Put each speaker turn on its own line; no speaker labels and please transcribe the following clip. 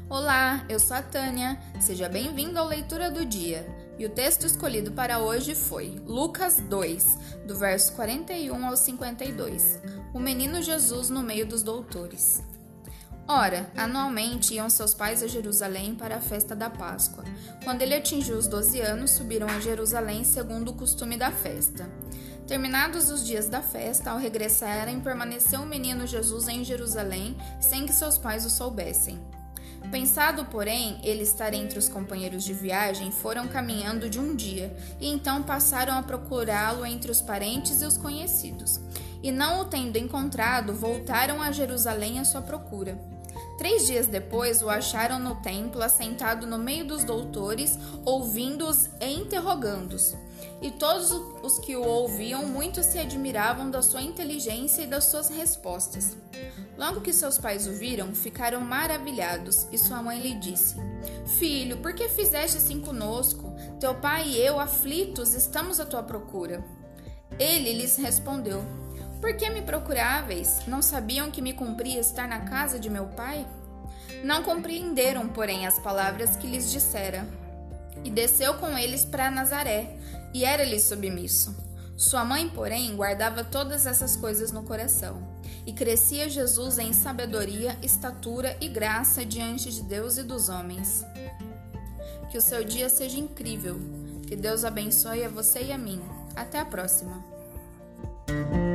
Olá, eu sou a Tânia. Seja bem-vindo à leitura do dia. E o texto escolhido para hoje foi Lucas 2, do verso 41 ao 52. O menino Jesus no meio dos doutores. Ora, anualmente iam seus pais a Jerusalém para a festa da Páscoa. Quando ele atingiu os 12 anos, subiram a Jerusalém segundo o costume da festa. Terminados os dias da festa, ao regressarem, permaneceu o menino Jesus em Jerusalém, sem que seus pais o soubessem. Pensado, porém, ele estar entre os companheiros de viagem, foram caminhando de um dia, e então passaram a procurá-lo entre os parentes e os conhecidos. E não o tendo encontrado, voltaram a Jerusalém à sua procura. 3 dias depois, o acharam no templo, assentado no meio dos doutores, ouvindo-os e interrogando-os. E todos os que o ouviam muito se admiravam da sua inteligência e das suas respostas. Logo que seus pais o viram, ficaram maravilhados, e sua mãe lhe disse: Filho, por que fizeste assim conosco? Teu pai e eu, aflitos, estamos à tua procura. Ele lhes respondeu: Por que me procuráveis? Não sabiam que me cumpria estar na casa de meu pai? Não compreenderam, porém, as palavras que lhes dissera. E desceu com eles para Nazaré, e era-lhe submisso. Sua mãe, porém, guardava todas essas coisas no coração. E crescia Jesus em sabedoria, estatura e graça diante de Deus e dos homens. Que o seu dia seja incrível. Que Deus abençoe a você e a mim. Até a próxima.